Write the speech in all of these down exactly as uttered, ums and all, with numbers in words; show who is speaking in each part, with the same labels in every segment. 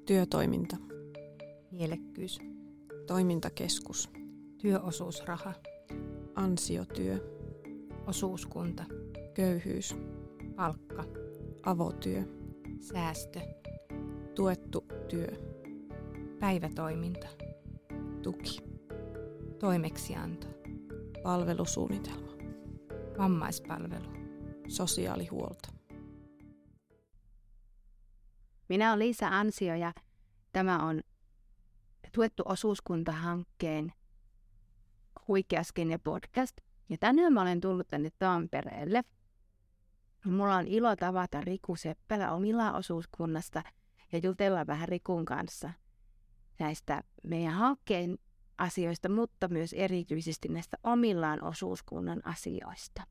Speaker 1: Työtoiminta.
Speaker 2: Mielekkyys.
Speaker 1: Toimintakeskus.
Speaker 2: Työosuusraha.
Speaker 1: Ansiotyö.
Speaker 2: Osuuskunta.
Speaker 1: Köyhyys.
Speaker 2: Palkka.
Speaker 1: Avotyö.
Speaker 2: Säästö.
Speaker 1: Tuettu työ.
Speaker 2: Päivätoiminta.
Speaker 1: Tuki.
Speaker 2: Toimeksianto.
Speaker 1: Palvelusuunnitelma.
Speaker 2: Vammaispalvelu.
Speaker 1: Sosiaalihuolto.
Speaker 2: Minä olen Liisa Ansio ja tämä on Tuettu osuuskuntahankkeen Huikeaskin ja podcast. Ja tänään mä olen tullut tänne Tampereelle. Mulla on ilo tavata Riku Seppälä omilla osuuskunnasta ja jutella vähän Rikun kanssa näistä meidän hankkeen asioista, mutta myös erityisesti näistä omillaan osuuskunnan asioista.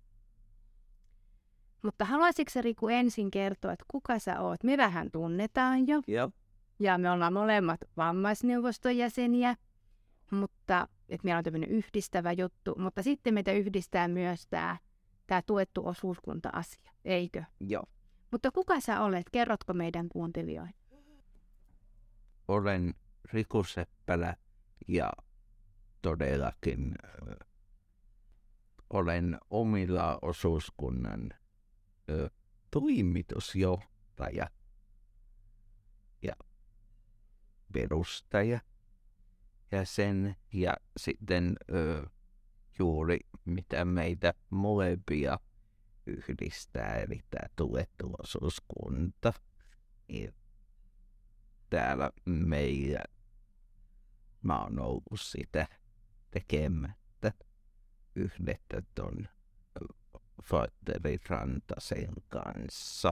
Speaker 2: Mutta haluaisitko sä, Riku, ensin kertoa, että kuka sä oot? Me vähän tunnetaan jo.
Speaker 3: Joo.
Speaker 2: Ja me ollaan molemmat vammaisneuvoston jäseniä, mutta että meillä on tämmöinen yhdistävä juttu. Mutta sitten meitä yhdistää myös tämä, tämä tuettu osuuskunta-asia, eikö?
Speaker 3: Joo.
Speaker 2: Mutta kuka sä olet? Kerrotko meidän kuuntelijoille?
Speaker 3: Olen Riku Seppälä ja todellakin äh, olen omilla osuuskunnan äh, toimitusjohtaja ja perustaja ja sen ja sitten äh, juuri mitä meitä molempia yhdistää, eli tämä tuettu osuuskunta. Ja täällä meillä mä oon ollut sitä tekemättä yhdessä ton Valtteri Rantasen kanssa.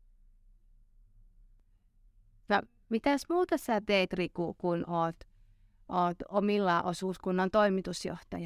Speaker 2: No, mitäs muuta sä teet, Riku, kun oot, oot omilla osuuskunnan toimitusjohtaja?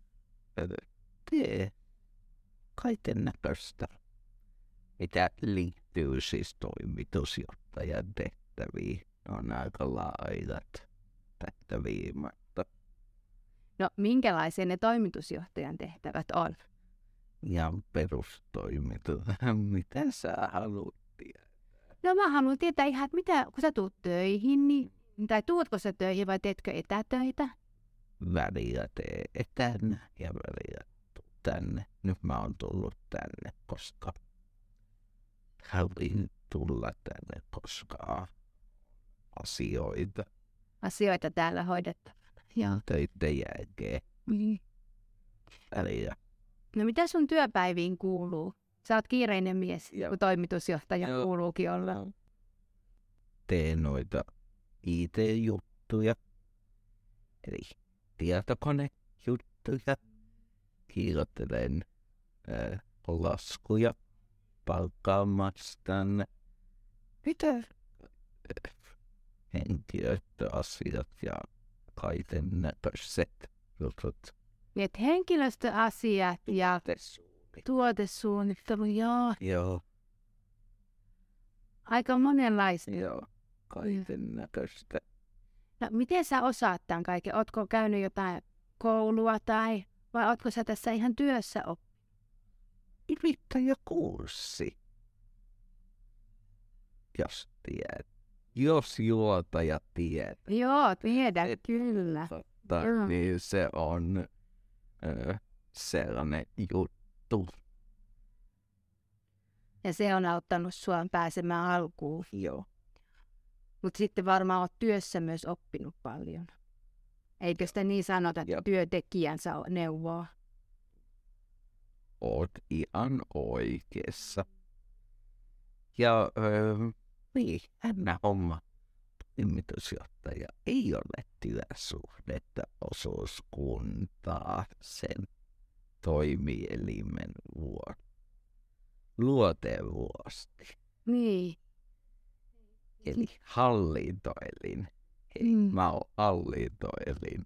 Speaker 3: Tee kaiken näköistä, mitä liittyy siis toimitusjohtajan tehtäviin. On aika laajat tehtäviä, mutta
Speaker 2: No, minkälaisia ne toimitusjohtajan tehtävät on?
Speaker 3: ihan perustoimitus. Mitä sä haluat tietää?
Speaker 2: No, mä haluan tietää ihan, että mitä, kun sä tuut töihin, niin, tai tuutko sä töihin vai teetkö etätöitä?
Speaker 3: Välillä tee etänä ja välillä tuu tänne. Nyt mä oon tullut tänne, koska haluin tulla tänne, koska asioita
Speaker 2: Asioita täällä hoidettavana. Joo.
Speaker 3: töiden jälkeen
Speaker 2: Mm.
Speaker 3: välillä.
Speaker 2: No, mitä sun työpäiviin kuuluu? Sä oot kiireinen mies,
Speaker 3: Joo.
Speaker 2: kun toimitusjohtaja
Speaker 3: Joo.
Speaker 2: kuuluukin olla.
Speaker 3: Teen noita I T-juttuja, eli tietokonejuttuja. Kirjoittelen äh, laskuja palkkaamastaan. Mitä äh, henkilöstöasiat ja kaiken näköiset jutut.
Speaker 2: Niin, että henkilöstöasiat ja
Speaker 3: Tesuuni.
Speaker 2: tuotesuunnittelu, joo.
Speaker 3: Joo,
Speaker 2: Aika monenlaista.
Speaker 3: joo, kaiken näköistä.
Speaker 2: No, miten sä osaat tämän kaiken? Ootko käynyt jotain koulua tai vai ootko sä tässä ihan työssä oppinut?
Speaker 3: Yrittäjäkurssi. Jos tiedät. Jos juotaja tiedät.
Speaker 2: Joo, tiedän,
Speaker 3: Et-
Speaker 2: kyllä.
Speaker 3: Totta,
Speaker 2: Joo.
Speaker 3: niin se on ö, sellainen juttu.
Speaker 2: Ja se on auttanut sua pääsemään alkuun.
Speaker 3: Joo.
Speaker 2: Mutta sitten varmaan oot työssä myös oppinut paljon. Eikö sitä niin sanota, että
Speaker 3: Joo.
Speaker 2: työntekijänsä neuvoo?
Speaker 3: Oot ihan oikeassa. Ja ö, niin, jännä homma. Toimitusjohtaja ei ole työsuhdetta osuuskuntaa sen toimielimen vuosi. Luotevuosti.
Speaker 2: Niin.
Speaker 3: Eli hallintoelin. Eli
Speaker 2: Mm.
Speaker 3: mä oon hallintoelin.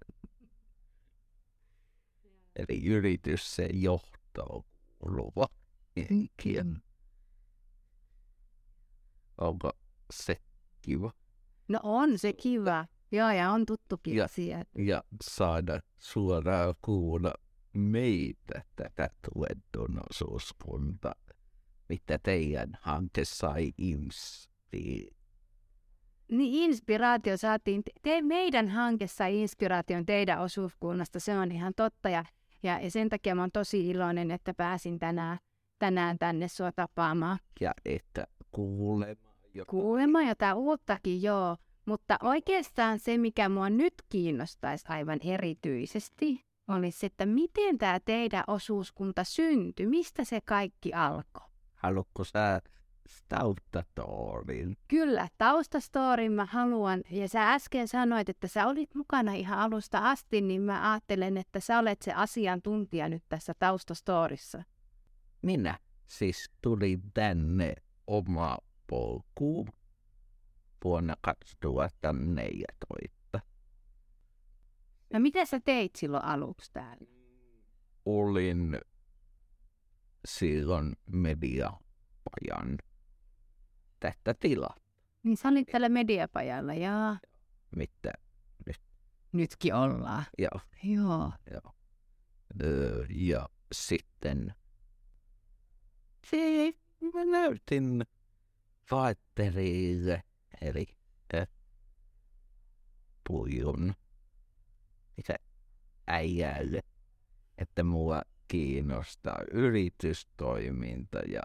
Speaker 3: Eli yritys se johtoon kuuluva henkilö.
Speaker 2: Mm.
Speaker 3: Onko se kiva?
Speaker 2: No on se kiva. Joo, ja on tuttukin
Speaker 3: Ja-
Speaker 2: asia.
Speaker 3: Ja saada suoraan kuulla meitä tätä tuettun osuuskunta, mitä teidän hanke sai instiin.
Speaker 2: Niin inspiraatio saatiin, te meidän hanke sai inspiraation teidän osuuskunnasta, se on ihan totta ja, ja, ja sen takia mä oon tosi iloinen, että pääsin tänään, tänään tänne sua tapaamaan.
Speaker 3: Ja että kuulemaan jotain.
Speaker 2: Kuulemaan jotain uuttakin, joo, mutta oikeastaan se, mikä mua nyt kiinnostaisi aivan erityisesti, olisi, että miten tämä teidän osuuskunta syntyi, mistä se kaikki alkoi?
Speaker 3: Haluatko sä taustastoorin?
Speaker 2: Kyllä, taustastoorin mä haluan, ja sä äsken sanoit, että sä olit mukana ihan alusta asti, niin mä ajattelen, että sä olet se asiantuntija nyt tässä taustastoorissa.
Speaker 3: Minä siis tulin tänne oma polkuun vuonna kaksituhattaneljätoista.
Speaker 2: No mitä sä teit silloin aluksi täällä?
Speaker 3: Olin silloin mediapajan tästä tilaa.
Speaker 2: Niin sä olit täällä mediapajalla, jaa.
Speaker 3: Mitä nyt?
Speaker 2: Nytkin ollaan.
Speaker 3: Joo.
Speaker 2: Joo.
Speaker 3: Joo. Öö, ja sitten se, mä näytin Valtterille, eli äh, Puijun mikä äijälle, että mua kiinnostaa yritystoiminta ja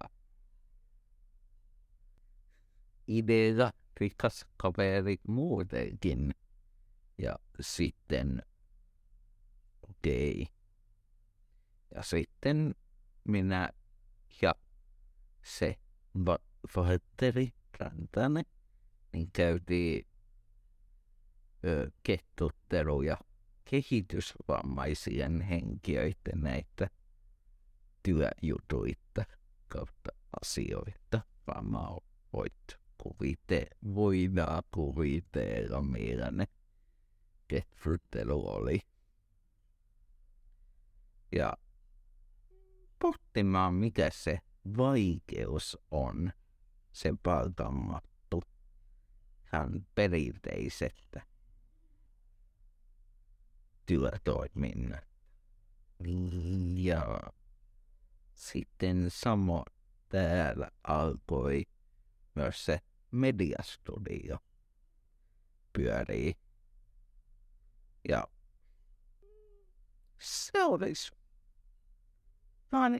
Speaker 3: idea, rikas kaveri muutenkin. Ja sitten, okei. Okay. Ja sitten minä ja se Valtteri Rantanen, niin käytiin ö, ketutteluja kehitysvammaisien henkilöiden näitä työjutuita kautta asioita. Vaan voit kuvite, voidaan kuvitella, millainen ketuttelu oli. Ja pohtimaan, mikä se vaikeus on, se palkamattu ihan perinteisestä työtoiminnasta. Ja sitten samo täällä alkoi myös se mediastudio pyörii. Ja se olisi vaan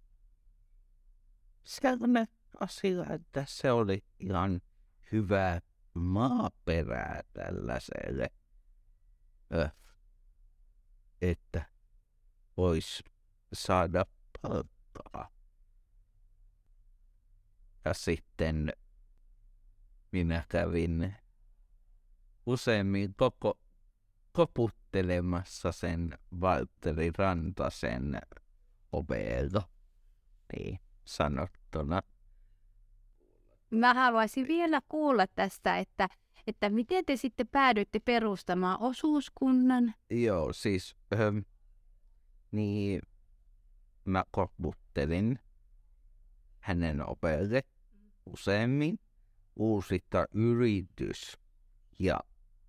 Speaker 3: sellainen asia, että se oli ihan hyvä maaperää tällaiselle, ö, että voisi saada palkkaa. Ja sitten minä kävin useammin koko koputtelemassa sen Valtteri Rantasen ovella, niin sanottuna.
Speaker 2: Mä haluaisin vielä kuulla tästä, että, että miten te sitten päädyitte perustamaan osuuskunnan?
Speaker 3: Joo, siis ähm, niin mä koputtelin hänen ovelle useammin uusita yritys- ja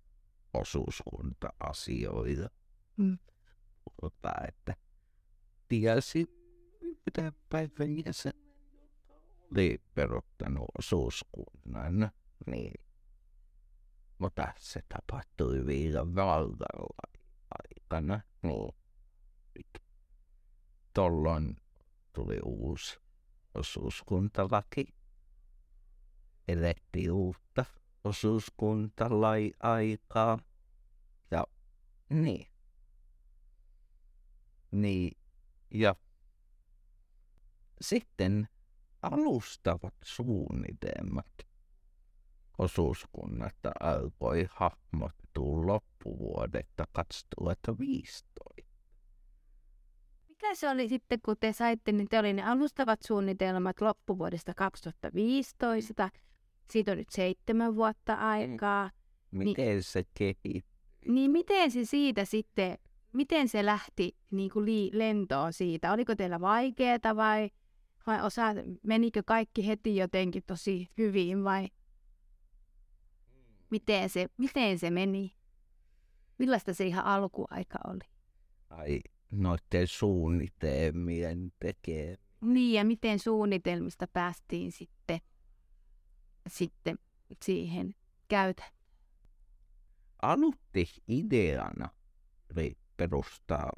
Speaker 3: osuuskunta-asioita.
Speaker 2: Mm.
Speaker 3: Mutta että tiesin yhden päivän jäsen oli peruttanut osuuskunnan, niin, mutta se tapahtui vielä vallalla aikana, niin tolloin tuli uusi osuuskuntalaki, elettiin uutta osuuskuntalai-aikaa, ja niin, niin, ja sitten alustavat suunnitelmat osuuskunnasta alkoi hahmottua loppuvuodesta kaksituhattaviisitoista.
Speaker 2: Mikä se oli sitten, kun te saitte, niin te oli ne alustavat suunnitelmat loppuvuodesta kaksituhattaviisitoista. Siitä on nyt seitsemän vuotta aikaa.
Speaker 3: Miten
Speaker 2: niin,
Speaker 3: se kehittyi?
Speaker 2: Niin miten se siitä sitten, miten se lähti niin kuin lii, lentoon siitä? Oliko teillä vaikeaa vai, vai osa, menikö kaikki heti jotenkin tosi hyvin vai miten se, miten se meni? Millaista se ihan alkuaika oli?
Speaker 3: Ai, noiden suunnitelmien tekee.
Speaker 2: Niin, ja miten suunnitelmista päästiin sitten, sitten siihen käytäntöön?
Speaker 3: Alutti ideana oli perustaa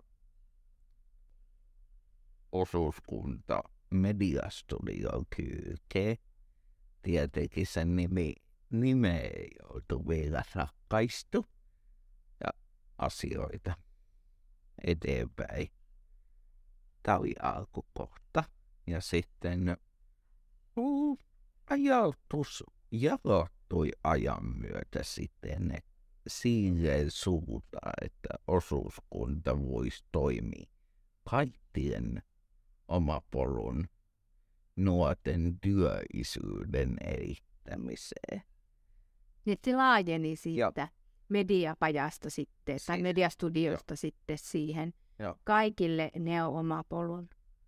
Speaker 3: osuuskunta Mediastudio kyyteen. Tietenkin sen nimi, nimeä ei oltu vielä rakkaistu ja asioita eteenpäin. Tämä oli alkukohta. Ja sitten uh, ajatus jalottui ajan myötä sitten siihen suuntaan, että osuuskunta voisi toimia kaikkien omapolun nuorten työisyyden edistämiseen.
Speaker 2: Niin se laajeni siitä mediapajasta sitten, tai
Speaker 3: Siis-
Speaker 2: mediastudiosta sitten siihen.
Speaker 3: Joo.
Speaker 2: Kaikille ne on oma polun.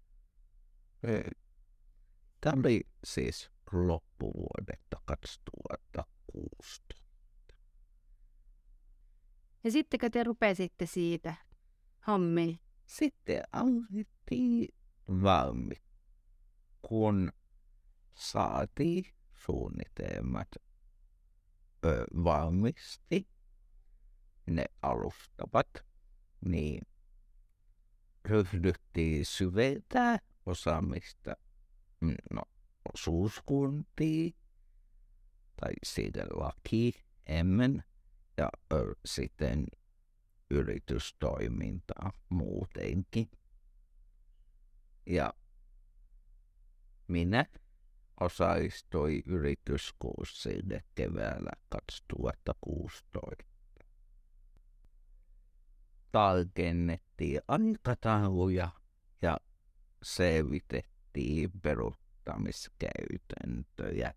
Speaker 3: Tämä oli siis loppuvuodesta kaksituhattakuusitoista.
Speaker 2: Ja sitten kun te rupesitte siitä hommiin,
Speaker 3: Sitten alettiin valmi, kun saatiin suunnitelmat ö, valmisti, ne alustavat, niin ryhdyttiin syventää osaamista no, osuuskuntiin tai siitä laki ennen ja ö, sitten yritystoimintaa muutenkin. Ja minä osallistuin yrityskurssille keväällä kaksituhattakuusitoista. Tarkennettiin aikatauluja ja selvitettiin peruuttamiskäytäntöjä.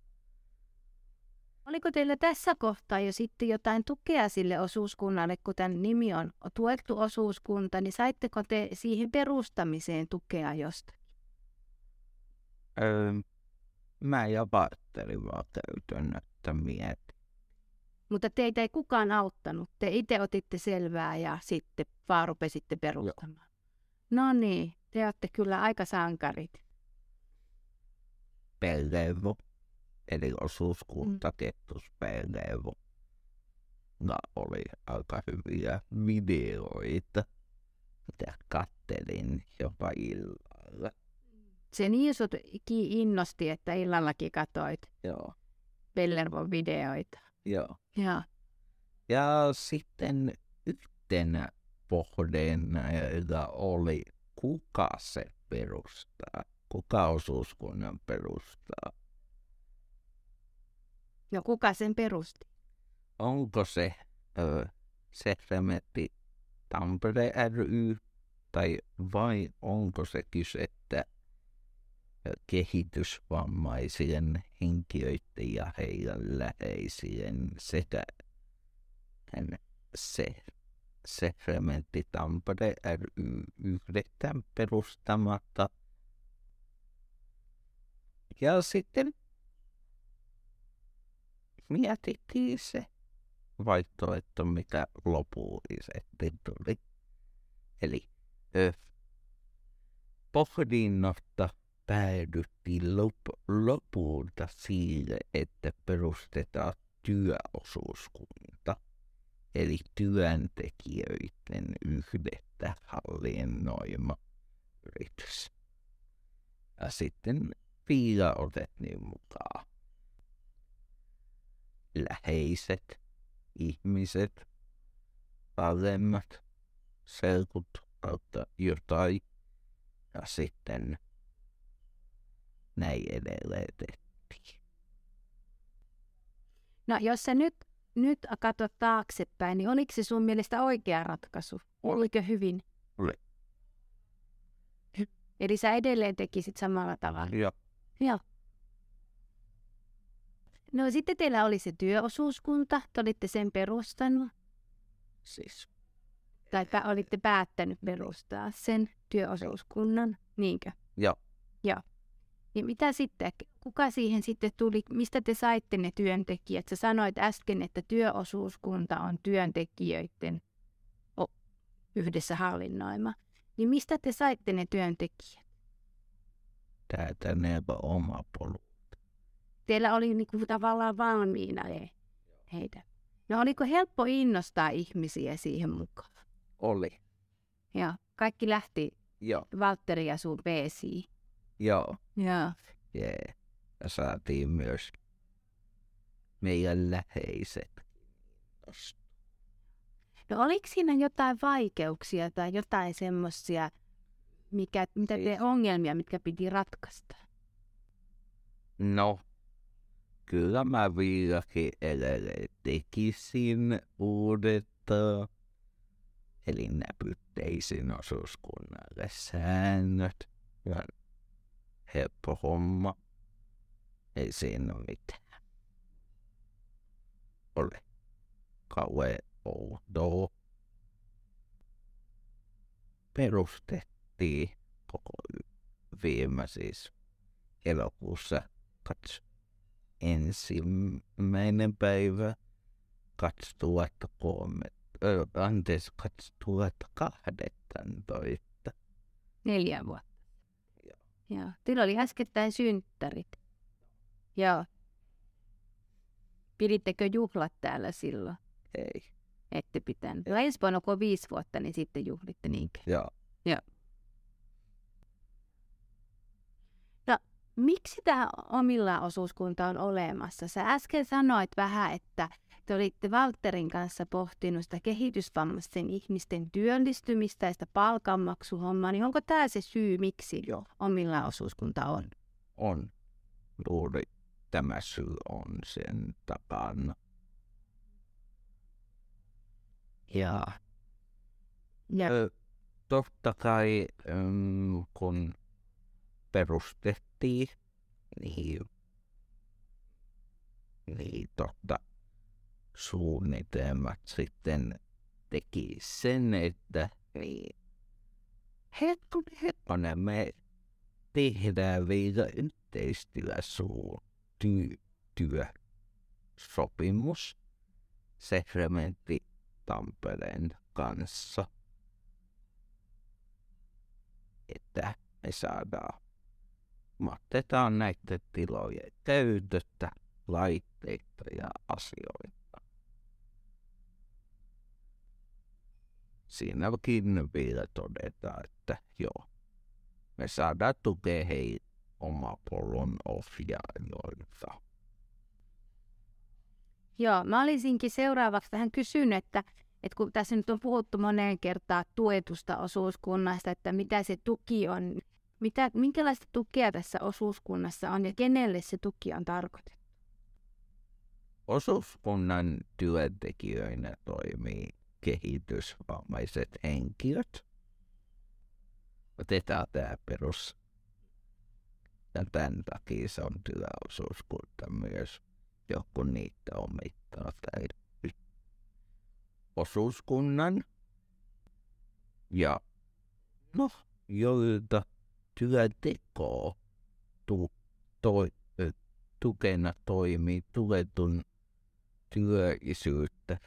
Speaker 2: oliko teillä tässä kohtaa jo sitten jotain tukea sille osuuskunnalle, kun tämän nimi on tuettu osuuskunta, niin saitteko te siihen perustamiseen tukea jostakin?
Speaker 3: Öö, mä ja Barteli vaan käytännöttä mietin.
Speaker 2: Mutta teitä ei kukaan auttanut. Te itse otitte selvää ja sitten vaan rupesitte perustamaan. No niin, te olette kyllä aika sankarit.
Speaker 3: Pellevo, eli osuuskunta Kettus Pellevo. No, oli aika hyviä videoita, mitä kattelin jopa illalla.
Speaker 2: Se niin sut innosti, että illallakin katsoit
Speaker 3: Joo,
Speaker 2: Pellervon videoita.
Speaker 3: joo.
Speaker 2: Joo.
Speaker 3: Ja sitten yhtenä pohdinnailla oli, kuka se perustaa, kuka osuuskunnan perustaa.
Speaker 2: No kuka sen perusti?
Speaker 3: Onko se ö, Sehremetti Tampere ry tai vai onko se kyseessä kehitysvammaisien henkilöiden ja heidän läheisien sekä se Sehremetti Tampere ry yhdessä perustamatta. Ja sitten mietittiin se vaihtoehto, mikä lopullisesti tuli. Eli ö, pohdinnosta päädyttiin lop, lopulta siihen, että perustetaan työosuuskunta, eli työntekijöiden yhdessä hallinnoima yritys. Ja sitten Piia otettiin mukaan. Läheiset ihmiset, paremmat serkut kautta jotain ja sitten näin edelleen tehtiin.
Speaker 2: No jos sä nyt, nyt katsot taaksepäin, niin oliko se sun mielestä oikea ratkaisu? Oliko hyvin?
Speaker 3: Oli.
Speaker 2: Eli sä edelleen tekisit samalla tavalla?
Speaker 3: Joo.
Speaker 2: Joo. No sitten teillä oli se työosuuskunta, te olitte sen perustanut,
Speaker 3: Siis
Speaker 2: tai pä- olitte päättänyt perustaa sen työosuuskunnan, niinkö?
Speaker 3: joo.
Speaker 2: Joo. Niin mitä sitten, kuka siihen sitten tuli, mistä te saitte ne työntekijät? Sä sanoit äsken, että työosuuskunta on työntekijöiden o- yhdessä hallinnoima. Niin mistä te saitte ne työntekijät?
Speaker 3: Täältä ne oma polu.
Speaker 2: Teillä oli niinku tavallaan valmiina ne heidän. No oliko helppo innostaa ihmisiä siihen mukaan?
Speaker 3: Oli.
Speaker 2: Ja kaikki lähti
Speaker 3: Joo.
Speaker 2: Valtteri ja sun peesiin.
Speaker 3: Joo.
Speaker 2: Joo.
Speaker 3: Yeah. Ja saatiin myös meidän läheiset.
Speaker 2: No oliko siinä jotain vaikeuksia tai jotain semmoisia, mikä, mitä te ongelmia, mitkä piti ratkaista?
Speaker 3: No, kyllä mä vieläkin edelleen tekisin uudestaan. Eli näpytteisin osuuskunnalle säännöt. Ja helppo homma. Ei siinä ole mitään. Ole kauhean outoa. Perustettiin koko viime siis elokuussa kats ensimmäinen päivä kaksituhattakolme, ö, anteeksi kaksituhattakahdeksantoista.
Speaker 2: Neljä vuotta.
Speaker 3: Joo.
Speaker 2: Joo. Teillä oli äskettäin synttärit. Joo. Pidittekö juhlat täällä silloin?
Speaker 3: Ei.
Speaker 2: Ette pitänyt. No ensi vuonna, kun on viisi vuotta, niin sitten juhlitte niinkö?
Speaker 3: Joo.
Speaker 2: Joo. No, miksi tämä omilla osuuskunta on olemassa? Sä äsken sanoit vähän, että te olitte Valtterin kanssa pohtinut sitä kehitysvammaisten ihmisten työllistymistä ja sitä palkanmaksuhommaa, niin onko tämä se syy, miksi
Speaker 3: Joo.
Speaker 2: omilla osuuskunta on?
Speaker 3: On. Juuri tämä syy on sen takana. Ja
Speaker 2: Ja,
Speaker 3: Ö, totta kai, äm, kun perustettiin, niin, niin totta, suunnitelmat sitten teki sen, että niin, hetkonen, hetkonen, me tehdään vielä yhteistyösopimus Sekrementti Tampereen kanssa, että me saadaan, me otetaan näiden tilojen käytöstä, laitteita ja asioita. Siinäkin vielä todetaan, että joo, me saadaan tukea hei oma polun ohjaajoilta.
Speaker 2: joo, mä olisinkin seuraavaksi tähän kysynyt, että, että kun tässä nyt on puhuttu moneen kertaan tuetusta osuuskunnasta, että mitä se tuki on, mitä, minkälaista tukea tässä osuuskunnassa on ja kenelle se tuki on tarkoitettu?
Speaker 3: Osuuskunnan työntekijöinä toimii kehitysvammaiset henkilöt. Otetaan tämä perus. Ja tämän takia se on työosuuskunta myös, joku niitä omittaa tai osuuskunnan. Ja no, joilta työntekoa tu, toi, tukena toimii tuetun työllisyyttä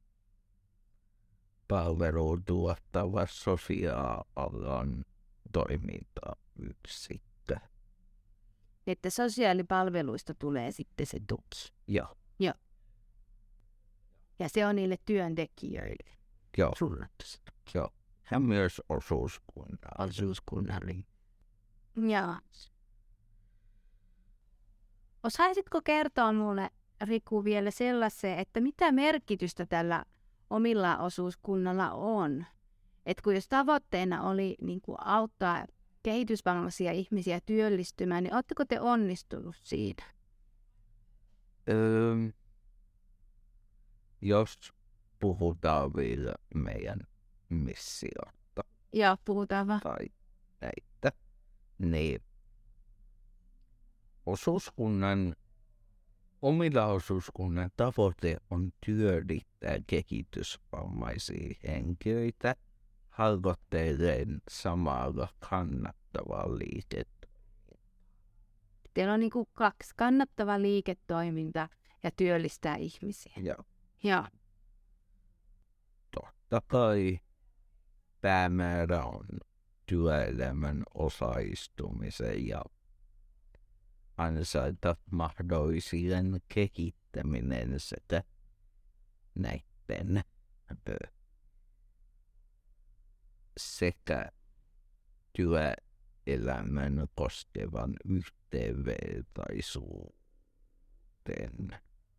Speaker 3: palveluun tuottava sosiaalialan toimintayksikkö.
Speaker 2: Että sosiaalipalveluista tulee sitten se tuki.
Speaker 3: Joo.
Speaker 2: Joo. Ja se on niille työntekijöille.
Speaker 3: Joo.
Speaker 2: Suunnattu se tuki.
Speaker 3: Joo. Ja myös osuuskunnan.
Speaker 2: Osuuskunnalle. Joo. Osaisitko kertoa mulle, Riku, vielä sellaisen, että mitä merkitystä tällä omilla osuuskunnalla on? Että kun jos tavoitteena oli niin kuin auttaa kehitysvammaisia ihmisiä työllistymään, niin oletteko te onnistunut siinä?
Speaker 3: Öö, jos puhutaan vielä meidän missiosta
Speaker 2: Joo, puhutaan vaan.
Speaker 3: tai näitä, niin osuuskunnan, omilla osuuskunnan tavoite on työllistää kehitysvammaisia henkilöitä halkotteleen samalla kannattavaa liiketoimintaa.
Speaker 2: Teillä on niin kuin kaksi, kannattava liiketoiminta ja työllistää ihmisiä.
Speaker 3: Joo.
Speaker 2: Joo.
Speaker 3: Totta kai päämäärä on työelämän osallistumisen ja ansaita mahdollisuuden kehittäminen sekä näiden ö, sekä työelämän koskevan yhdenvertaisuuden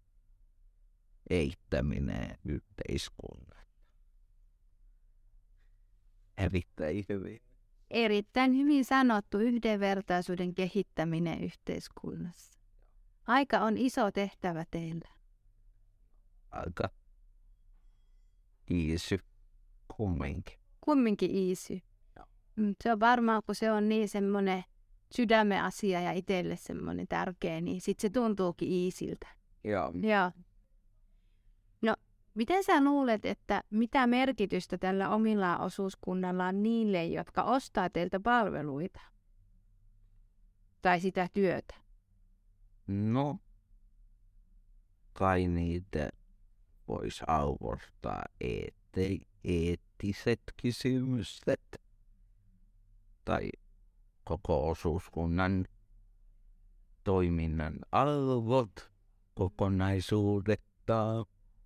Speaker 3: eittäminen yhteiskunnan. Erittäin hyvin.
Speaker 2: Erittäin hyvin sanottu, yhdenvertaisuuden kehittäminen yhteiskunnassa. Aika on iso tehtävä teillä.
Speaker 3: Aika easy kumminkin.
Speaker 2: Kumminkin easy. Mm, Se on varmaan, kun se on niin semmoinen sydämen asia ja itselle semmoinen tärkeä, niin sitten se tuntuukin easyltä.
Speaker 3: Joo.
Speaker 2: Joo. No, miten sä luulet, että mitä merkitystä tällä omilla osuuskunnalla on niille, jotka ostaa teiltä palveluita? Tai sitä työtä?
Speaker 3: No, kai niitä voisi arvostaa eette, eettiset kysymykset tai koko osuuskunnan toiminnan arvot kokonaisuudettaan.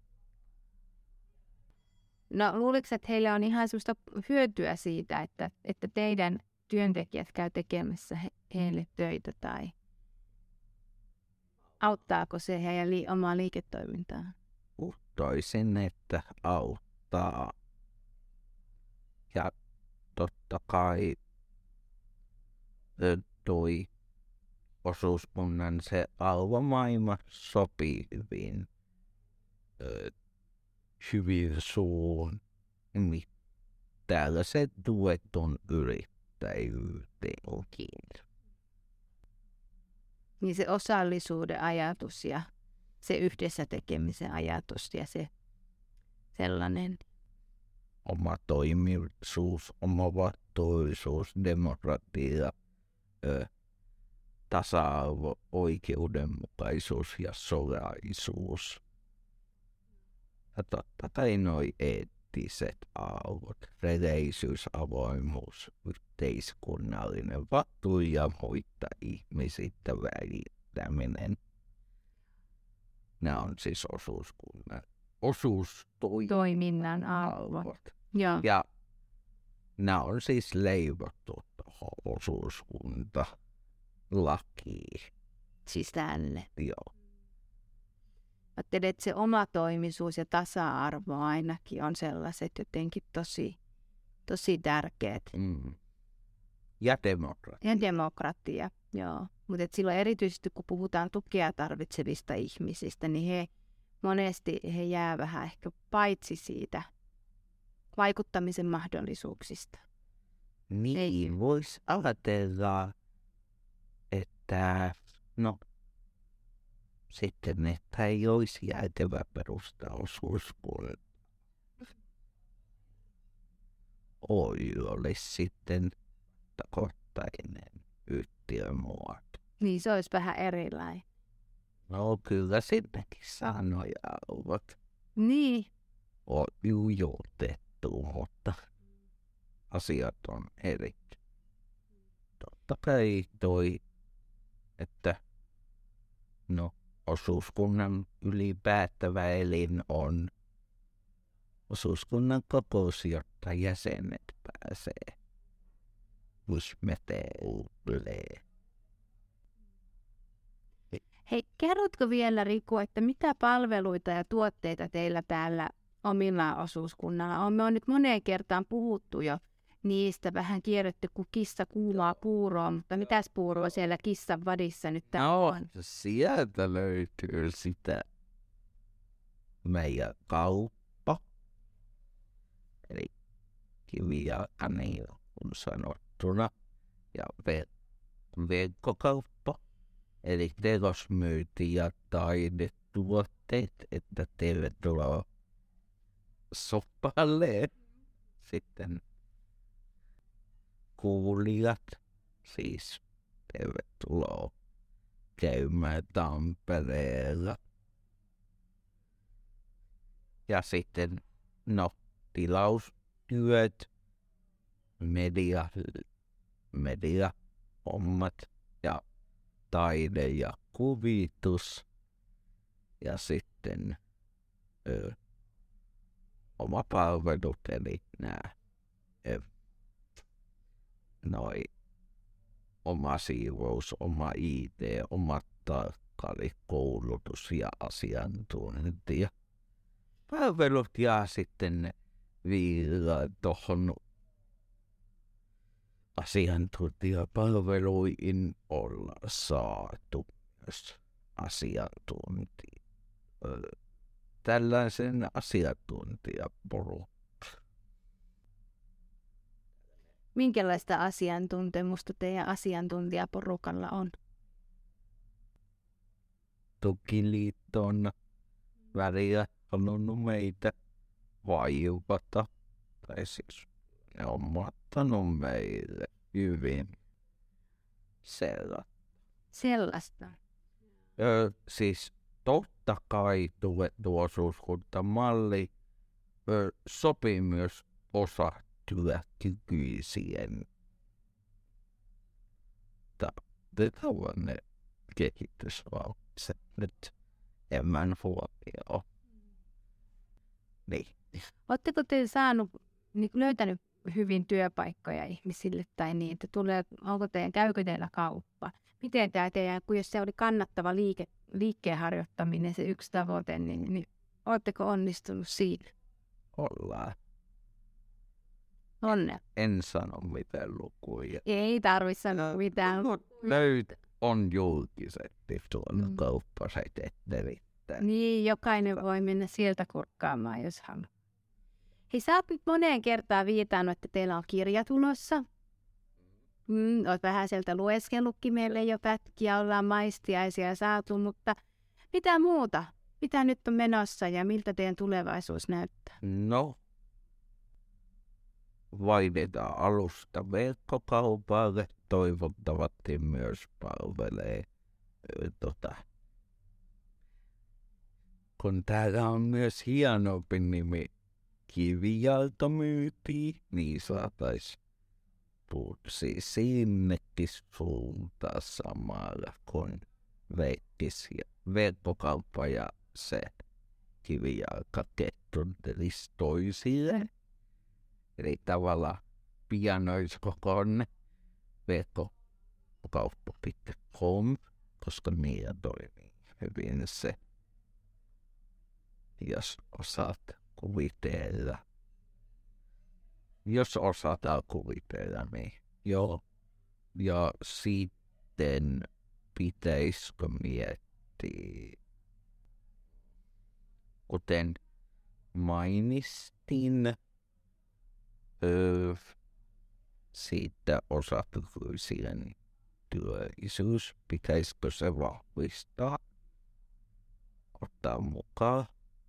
Speaker 2: No, luuliko, että heillä on ihan semmoista hyötyä siitä, että, että teidän työntekijät käy tekemässä he, heille töitä tai auttaako se heidän li- omaa liiketoimintaa?
Speaker 3: Uskoisin, että auttaa. Ja totta kai ö, toi osuuskunnan se arvomaailma sopii hyvin, ö, hyvin suun. Niin tällaiset tuet on yrittäjyyteenkin.
Speaker 2: Niin se osallisuuden ajatus ja se yhdessä tekemisen ajatus ja se sellainen.
Speaker 3: Oma toimisuus, oma vastuullisuus, demokratia, ö, tasa-arvo, oikeudenmukaisuus ja solidaarisuus. Ja totta kai noi eettiset arvot, rehellisyys, avoimuus, yhteiskunnallinen vastuu ja muita ihmisistä välittäminen. Nämä on siis osuuskunnan osuustoiminnan
Speaker 2: Toiminnan arvot. Joo.
Speaker 3: Ja nämä on siis leivottu tuohon osuuskunta lakiin.
Speaker 2: Siis tänne.
Speaker 3: Joo.
Speaker 2: Ajattelen, että se oma toimisuus ja tasa-arvo ainakin on sellaiset jotenkin tosi, tosi tärkeät.
Speaker 3: Mm. Ja demokratia.
Speaker 2: Ja demokratia, joo. Mutta silloin erityisesti kun puhutaan tukea tarvitsevista ihmisistä, niin he monesti he jää vähän ehkä paitsi siitä vaikuttamisen mahdollisuuksista.
Speaker 3: Niin voisi ajatella, että no sitten että ei olisi järkevä perustaa osuuskunta. Oy olisi sitten kohtainen yhtiömuoto.
Speaker 2: Niin se olisi vähän erilainen.
Speaker 3: No kyllä sinnekin sanojauvat
Speaker 2: Niin,
Speaker 3: on ujutettu, mutta asiat on eri. Totta kai toi, että no osuuskunnan ylipäättävä elin on osuuskunnan kokous, jotta jäsenet pääsee usmeteulleen.
Speaker 2: hei, kerrotko vielä Riku, että mitä palveluita ja tuotteita teillä täällä omilla osuuskunnalla on? Me on nyt moneen kertaan puhuttu jo niistä, vähän kierretty kuin kissa kuumaa puuroa, mutta mitäs puuroa siellä kissan vadissa nyt
Speaker 3: No,
Speaker 2: on?
Speaker 3: sieltä löytyy sitä meidän kauppa, eli kivi ja kanio on sanottuna, ja ver- verkkokauppa, eli terosmyynti ja taidetuotteet, että tervetuloa soppalle. Sitten kuulijat, siis tervetuloa käymään Tampereella. Ja sitten no, tilaustyöt, media, mediahommat ja taide ja kuvitus. Ja sitten ö, oma palvelut, eli nämä noi oma siivous, oma I T, oma tarkkali, koulutus ja asiantuntija. Palvelut ja sitten vielä tuohon asiantuntijapalveluihin olla saatu myös asiantuntija. Tällaisen asiantuntijaporukka.
Speaker 2: Minkälaista asiantuntemusta teidän asiantuntijaporukalla on?
Speaker 3: Tukiliitto on välillä halunnut meitä vaivata. Tai siis ne on mattanut meille hyvin sellaista.
Speaker 2: Sellaista.
Speaker 3: Öö, siis totta kai tuo osuuskuntamalli öö, sopii myös osatyökykyisien tavanne kehitysvauhdissa. Nyt en mä huomioon. Niin.
Speaker 2: Oletteko te saanut, niin löytänyt hyvin työpaikkoja ihmisille tai niin, että tulee, onko teidän, käykö teillä kauppa? Miten tämä teidän, kun jos se oli kannattava liike, liikkeen harjoittaminen, se yksi tavoite, niin, niin oletteko onnistunut siinä?
Speaker 3: Ollaan.
Speaker 2: Onne.
Speaker 3: En sano mitään lukuja.
Speaker 2: Ei tarvitse sanoa mitään.
Speaker 3: Löyt on julkisesti tuolla
Speaker 2: Mm.
Speaker 3: kauppasetettelittäin.
Speaker 2: Niin, jokainen voi mennä sieltä kurkkaamaan, jos haluaa. Hei, sä oot nyt moneen kertaan viitannut, että teillä on kirja tulossa. Mm, oot vähän sieltä lueskellutkin meille jo pätkiä, ollaan maistiaisia saatu, mutta mitä muuta? Mitä nyt on menossa ja miltä teidän tulevaisuus näyttää?
Speaker 3: No, vaihdetaan alusta verkkokaupalle. Toivottavasti myös palvelee ö, tota. Kun täällä on myös hienompi nimi Kivijaltomyyntiin, niin saatais siis sinnekin suuntaa samalla kuin veikkis ja verkkokauppa ja se kivijalkaketjuntelisi toisille. Eli tavallaan pianoiskokonne verkkokauppa piste com, koska niillä toimii hyvin se, jos osaat kuvitella. Jos osataan kuvitella, niin joo. Ja sitten pitäisikö miettiä, kuten mainistin, öö, siitä osatyökykyisien työllisyys, pitäisikö se vahvistaa, ottaa mukaan.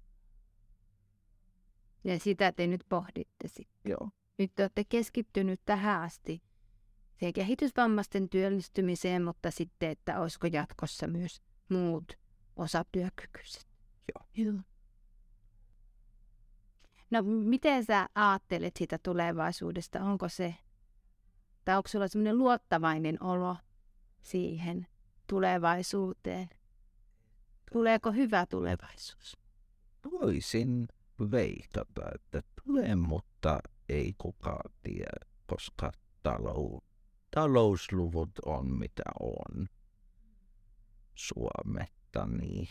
Speaker 2: Ja sitä te nyt pohditte sitten.
Speaker 3: Joo.
Speaker 2: Nyt te olette keskittynyt tähän asti siihen kehitysvammaisten työllistymiseen, mutta sitten, että olisiko jatkossa myös muut osatyökykyiset.
Speaker 3: Joo.
Speaker 2: Joo. No, miten sä ajattelet sitä tulevaisuudesta? Onko se, tai onko sulla semmoinen luottavainen olo siihen tulevaisuuteen? Tuleeko hyvä tulevaisuus?
Speaker 3: Voisin veikata, että tulee, mutta ei kukaan tiedä, koska talou- talousluvut on mitä on Suometta, niin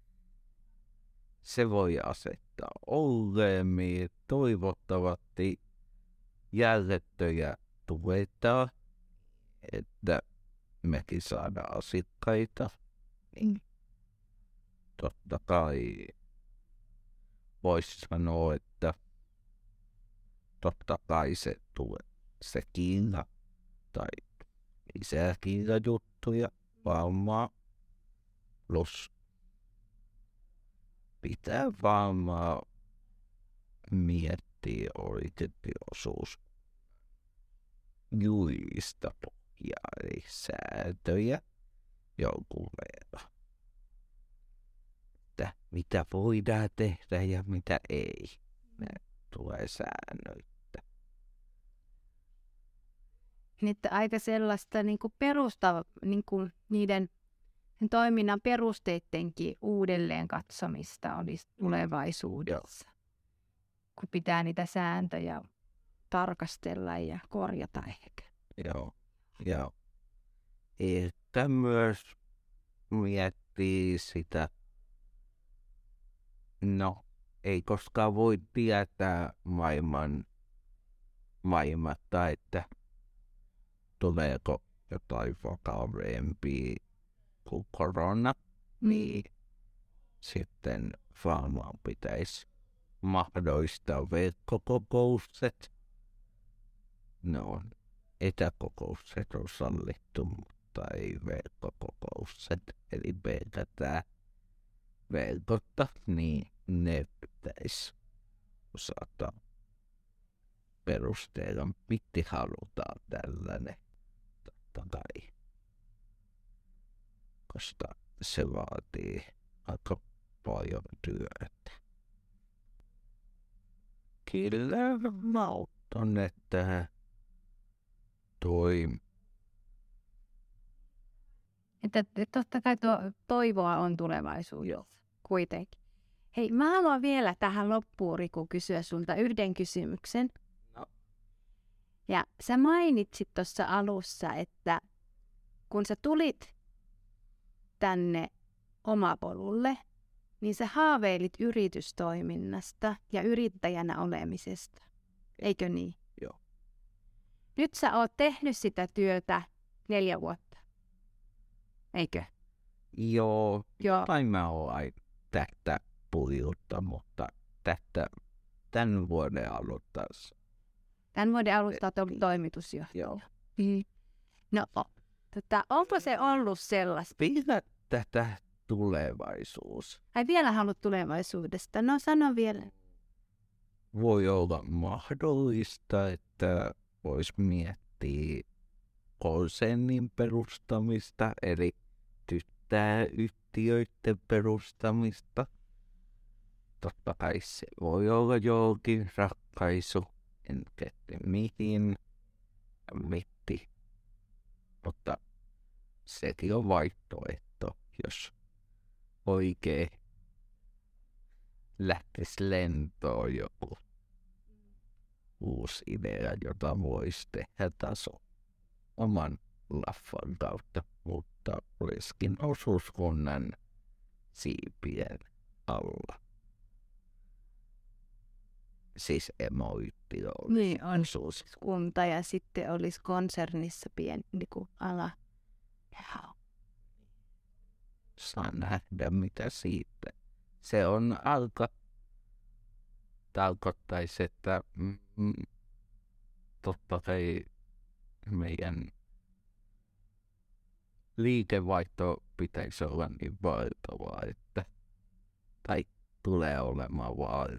Speaker 3: se voi asettaa ongelmia. Toivottavasti järjestöjä tuetaan, että mekin saadaan asiakkaita. Niin totta kai voisi sanoa, että totta kai se tulee se Kiina tai lisää Kiina-juttuja varmaan. Plus pitää varmaan miettiä oikeasti osuus juista pohjaa, eli säätöjä jonkun verran. Että mitä voidaan tehdä ja mitä ei. Ne tulee säännöitä.
Speaker 2: Että aika sellaista niin kuin perusta, niin kuin niiden toiminnan perusteidenkin uudelleen katsomista olisi tulevaisuudessa. kun pitää niitä sääntöjä tarkastella ja korjata ehkä.
Speaker 3: Joo, joo. Ehkä myös miettii sitä, no ei koskaan voi tietää maailman maailmatta, että tuleeko jotain vakavempia kuin korona, niin sitten varmaan pitäisi mahdollistaa verkkokokoukset. No, etäkokoukset on sallittu, mutta ei verkkokokoukset, eli pelkästään verkotta, niin ne pitäisi osata perusteella, miksi halutaan tällainen, totta kai, koska se vaatii aika paljon työtä. Kyllä mä uskon, että toi...
Speaker 2: Että, että totta kai tuo toivoa on tulevaisuudessa kuitenkin. Hei, mä haluan vielä tähän loppuun, Riku, kysyä sulta yhden kysymyksen.
Speaker 3: No.
Speaker 2: Ja sä mainitsit tuossa alussa, että kun sä tulit tänne omapolulle, niin sä haaveilit yritystoiminnasta ja yrittäjänä olemisesta. Eikö niin?
Speaker 3: Joo.
Speaker 2: Nyt sä oot tehnyt sitä työtä neljä vuotta. Eikö?
Speaker 3: Joo,
Speaker 2: Joo.
Speaker 3: tai mä oon tätä puljutta, mutta tätä tämän vuoden alusta.
Speaker 2: Tämän vuoden alusta olet ollut toimitusjohtaja.
Speaker 3: Joo.
Speaker 2: Mm. No, tota, onko se ollut sellaista?
Speaker 3: Vielä tätä tulevaisuus.
Speaker 2: Ai vielä haluat tulevaisuudesta? No sano vielä.
Speaker 3: Voi olla mahdollista, että voisi miettiä konsernin perustamista, eli tyttäryhtiöiden perustamista. Totta kai se voi olla jokin ratkaisu, en tiedä mihin, mitti. Mutta sekin on vaihtoehto, jos oikein lähtisi lentoon joku uusi idea, jota voisi tehdä taso oman laffan kautta, mutta olisikin osuuskunnan siipien alla. Siis emoyhtiö olisi
Speaker 2: Niin on
Speaker 3: osuus.
Speaker 2: kunta ja sitten olisi konsernissa pieni niin kuin ala. Jaa.
Speaker 3: Saa nähdä mitä siitä. Se on aika tarkoittaisi, että mm, mm, totta kai meidän liikevaihto pitäisi olla niin valtavaa, että tai tulee olemaan vaan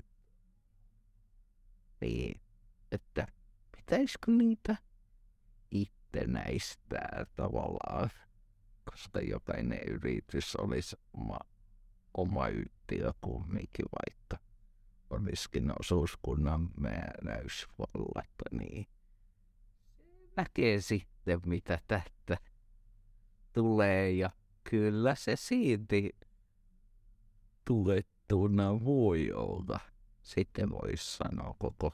Speaker 3: niin, että pitäisikö niitä itsenäistää tavallaan, koska jokainen yritys olisi oma, oma yhtiö kumminkin, vaikka olisikin osuuskunnan määräysvallata, niin näkee sitten mitä tästä tulee ja kyllä se silti tulettuna voi olla. Sitten voisi sanoa koko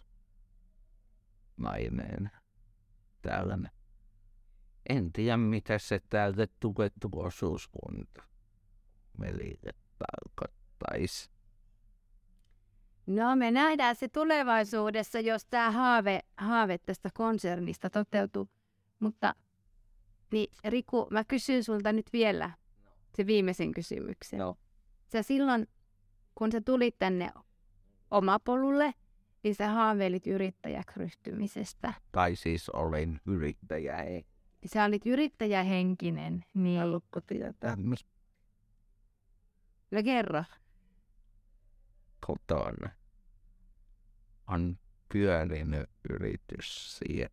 Speaker 3: nainen tällainen. En tiedä mitä se täältä tuettu osuuskunta meille tarkoittaisi.
Speaker 2: No me nähdään se tulevaisuudessa, jos tämä haave, haave tästä konsernista toteutuu. Mutta niin, Riku, mä kysyn sulta nyt vielä se viimeisen kysymyksen.
Speaker 3: No.
Speaker 2: Sä silloin, kun sä tulit tänne omapolulle, niin sä haaveilit yrittäjäksi ryhtymisestä.
Speaker 3: Tai siis olin yrittäjä, ei.
Speaker 2: Sä olit yrittäjähenkinen. Niin.
Speaker 3: Haluatko tietää, mistä
Speaker 2: No kerro.
Speaker 3: kotona on pyörinyt yritys siihen.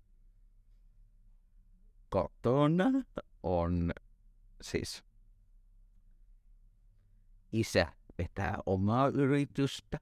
Speaker 3: Kotona on siis isä vetää omaa yritystä.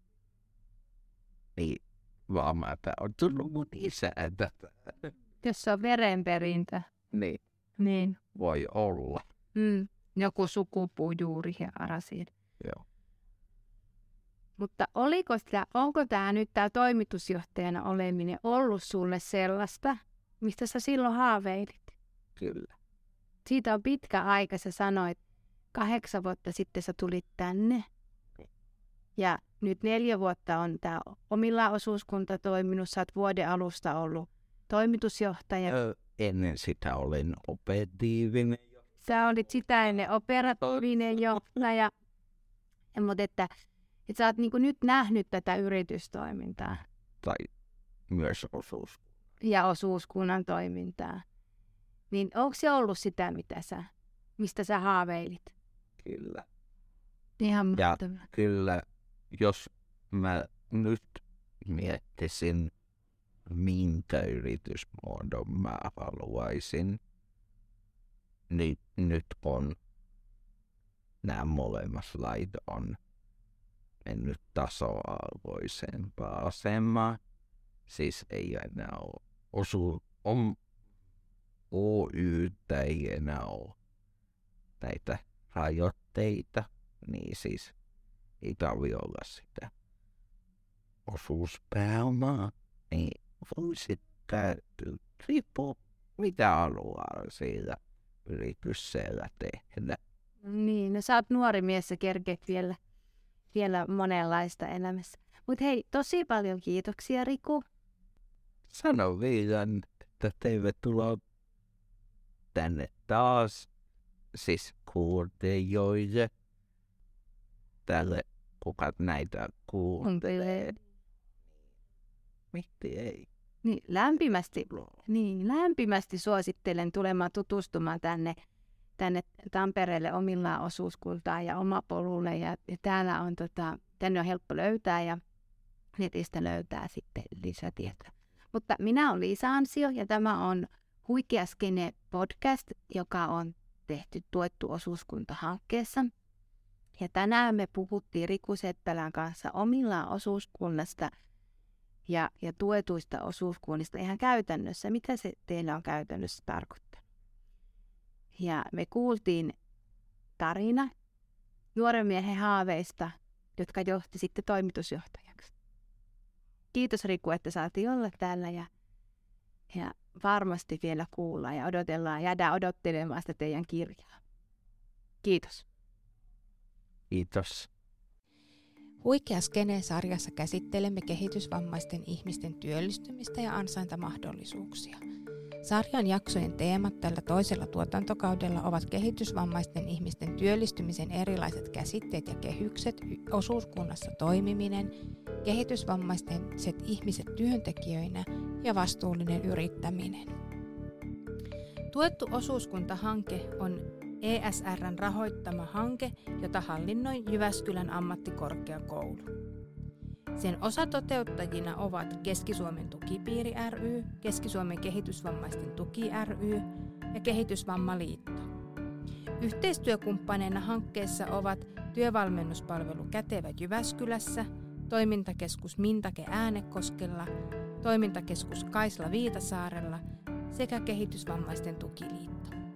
Speaker 3: Niin vaan mä on tullut mun isältä.
Speaker 2: Jos se on verenperintö,
Speaker 3: Niin
Speaker 2: niin
Speaker 3: voi olla.
Speaker 2: mm, joku sukupuu juuri ja arasiin.
Speaker 3: Joo.
Speaker 2: Mutta oliko sitä, onko tämä nyt tämä toimitusjohtajana oleminen ollut sulle sellaista, mistä sä silloin haaveilit?
Speaker 3: Kyllä.
Speaker 2: Siitä on pitkä aika, sä sanoit, kahdeksan vuotta sitten sä tulit tänne. Ja nyt neljä vuotta on tämä omilla osuuskunta toiminut, sä oot vuoden alusta ollut toimitusjohtaja.
Speaker 3: Ö, ennen sitä olin operatiivinen.
Speaker 2: Sä olit sitä ennen operatiivinen johtaja, mutta että, että sä oot niin kuin nyt nähnyt tätä yritystoimintaa.
Speaker 3: Tai myös osuus.
Speaker 2: Ja osuuskunnan toimintaa. Niin onko se ollut sitä, mitä sä, mistä sä haaveilit?
Speaker 3: Kyllä.
Speaker 2: Ihan
Speaker 3: ja
Speaker 2: mahtavaa.
Speaker 3: kyllä, jos mä nyt miettisin, minkä yritysmuodon mä haluaisin, niin nyt on nämä molemmat lait on mennyt tasoarvoisempaa asemaa. Siis ei enää ole osu, on, Oy:tä ei enää ole näitä rajoitteita, niin siis ei tarvitse olla sitä osuuspääomaa, niin voisit käyttää, riippuu mitä haluaa siellä yrityksellä tehdä.
Speaker 2: Niin, no sä oot nuori mies, sä kerkeet vielä, vielä monenlaista elämässä. Mutta hei, tosi paljon kiitoksia, Riku.
Speaker 3: Sano vielä, että tervetuloa tänne taas, siis kuuntelijoille, tälle kuka näitä kuuntelee. Miksi ei?
Speaker 2: Niin, lämpimästi, niin, lämpimästi suosittelen tulemaan tutustumaan tänne, tänne Tampereelle omillaan osuuskuntaan ja omapolulle. Ja, ja täällä on, tota, tänne on helppo löytää ja netistä löytää sitten lisätietoa. Mutta minä olen Liisa Ansio ja tämä on Huikea Skene podcast, joka on tehty Tuettu osuuskunta-hankkeessa. Ja tänään me puhuttiin Riku Seppälän kanssa omillaan osuuskunnasta ja, ja tuetuista osuuskunnista ihan käytännössä. Mitä se teillä on käytännössä tarkoittanut? Ja me kuultiin tarina nuoren miehen haaveista, jotka johti sitten toimitusjohtajaksi. Kiitos Riku, että saatiin olla täällä ja, ja varmasti vielä kuullaan ja odotellaan, jäädään odottelemaan sitä teidän kirjaa. Kiitos.
Speaker 3: Kiitos.
Speaker 1: Huikea Skene-sarjassa käsittelemme kehitysvammaisten ihmisten työllistymistä ja ansaintamahdollisuuksia. Sarjan jaksojen teemat tällä toisella tuotantokaudella ovat kehitysvammaisten ihmisten työllistymisen erilaiset käsitteet ja kehykset, osuuskunnassa toimiminen, kehitysvammaiset ihmiset työntekijöinä ja vastuullinen yrittäminen. Tuettu osuuskuntahanke on E S R:n rahoittama hanke, jota hallinnoi Jyväskylän ammattikorkeakoulu. Sen osatoteuttajina ovat Keski-Suomen tukipiiri ry, Keski-Suomen kehitysvammaisten tuki ry ja Kehitysvammaliitto. Yhteistyökumppaneina hankkeessa ovat työvalmennuspalvelu Kätevä Jyväskylässä, toimintakeskus Mintake Äänekoskella, toimintakeskus Kaisla Viitasaarella sekä Kehitysvammaisten tukiliitto.